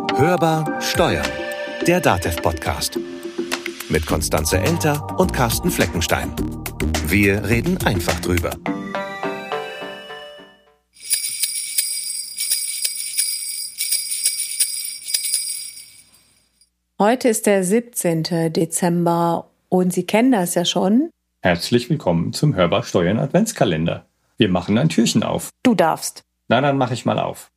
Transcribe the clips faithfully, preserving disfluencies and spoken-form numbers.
Hörbar Steuern, der DATEV-Podcast. Mit Constanze Elter und Carsten Fleckenstein. Wir reden einfach drüber. Heute ist der siebzehnten Dezember und Sie kennen das ja schon. Herzlich willkommen zum Hörbar Steuern Adventskalender. Wir machen ein Türchen auf. Du darfst. Na, dann mache ich mal auf.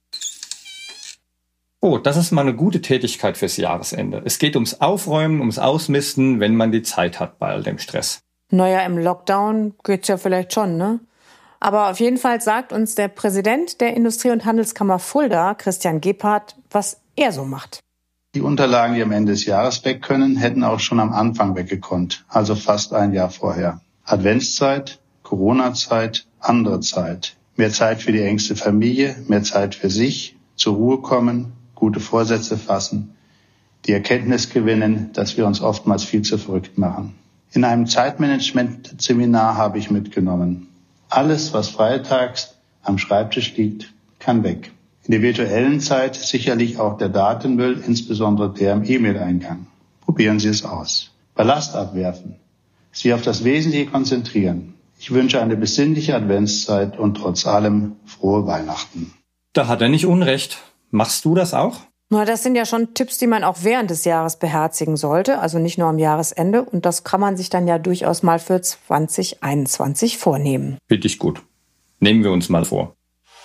Oh, das ist mal eine gute Tätigkeit fürs Jahresende. Es geht ums Aufräumen, ums Ausmisten, wenn man die Zeit hat bei all dem Stress. Naja, im Lockdown geht's ja vielleicht schon, ne? Aber auf jeden Fall sagt uns der Präsident der Industrie- und Handelskammer Fulda, Christian Gebhardt, was er so macht. Die Unterlagen, die am Ende des Jahres weg können, hätten auch schon am Anfang weggekonnt, also fast ein Jahr vorher. Adventszeit, Corona-Zeit, andere Zeit. Mehr Zeit für die engste Familie, mehr Zeit für sich, zur Ruhe kommen, gute Vorsätze fassen, die Erkenntnis gewinnen, dass wir uns oftmals viel zu verrückt machen. In einem Zeitmanagement-Seminar habe ich mitgenommen: Alles, was freitags am Schreibtisch liegt, kann weg. In der virtuellen Zeit sicherlich auch der Datenmüll, insbesondere der im E-Mail-Eingang. Probieren Sie es aus. Ballast abwerfen. Sie auf das Wesentliche konzentrieren. Ich wünsche eine besinnliche Adventszeit und trotz allem frohe Weihnachten. Da hat er nicht Unrecht. Machst du das auch? Na, das sind ja schon Tipps, die man auch während des Jahres beherzigen sollte, also nicht nur am Jahresende. Und das kann man sich dann ja durchaus mal für zwanzig einundzwanzig vornehmen. Finde ich gut. Nehmen wir uns mal vor.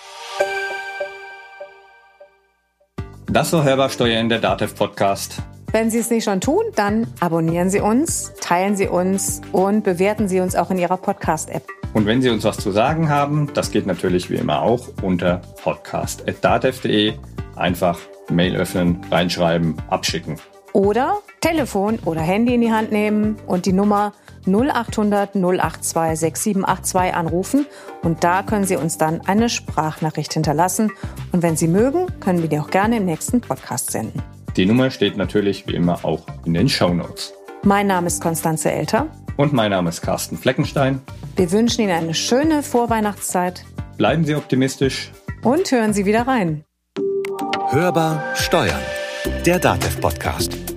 Das war Hörbar Steuern, der DATEV-Podcast. Wenn Sie es nicht schon tun, dann abonnieren Sie uns, teilen Sie uns und bewerten Sie uns auch in Ihrer Podcast-App. Und wenn Sie uns was zu sagen haben, das geht natürlich wie immer auch unter podcast at datev punkt de. Einfach Mail öffnen, reinschreiben, abschicken. Oder Telefon oder Handy in die Hand nehmen und die Nummer null achthundert null zwei sechs sieben acht zwei anrufen. Und da können Sie uns dann eine Sprachnachricht hinterlassen. Und wenn Sie mögen, können wir die auch gerne im nächsten Podcast senden. Die Nummer steht natürlich wie immer auch in den Shownotes. Mein Name ist Constanze Elter. Und mein Name ist Carsten Fleckenstein. Wir wünschen Ihnen eine schöne Vorweihnachtszeit. Bleiben Sie optimistisch. Und hören Sie wieder rein. Hörbar Steuern, der DATEV-Podcast.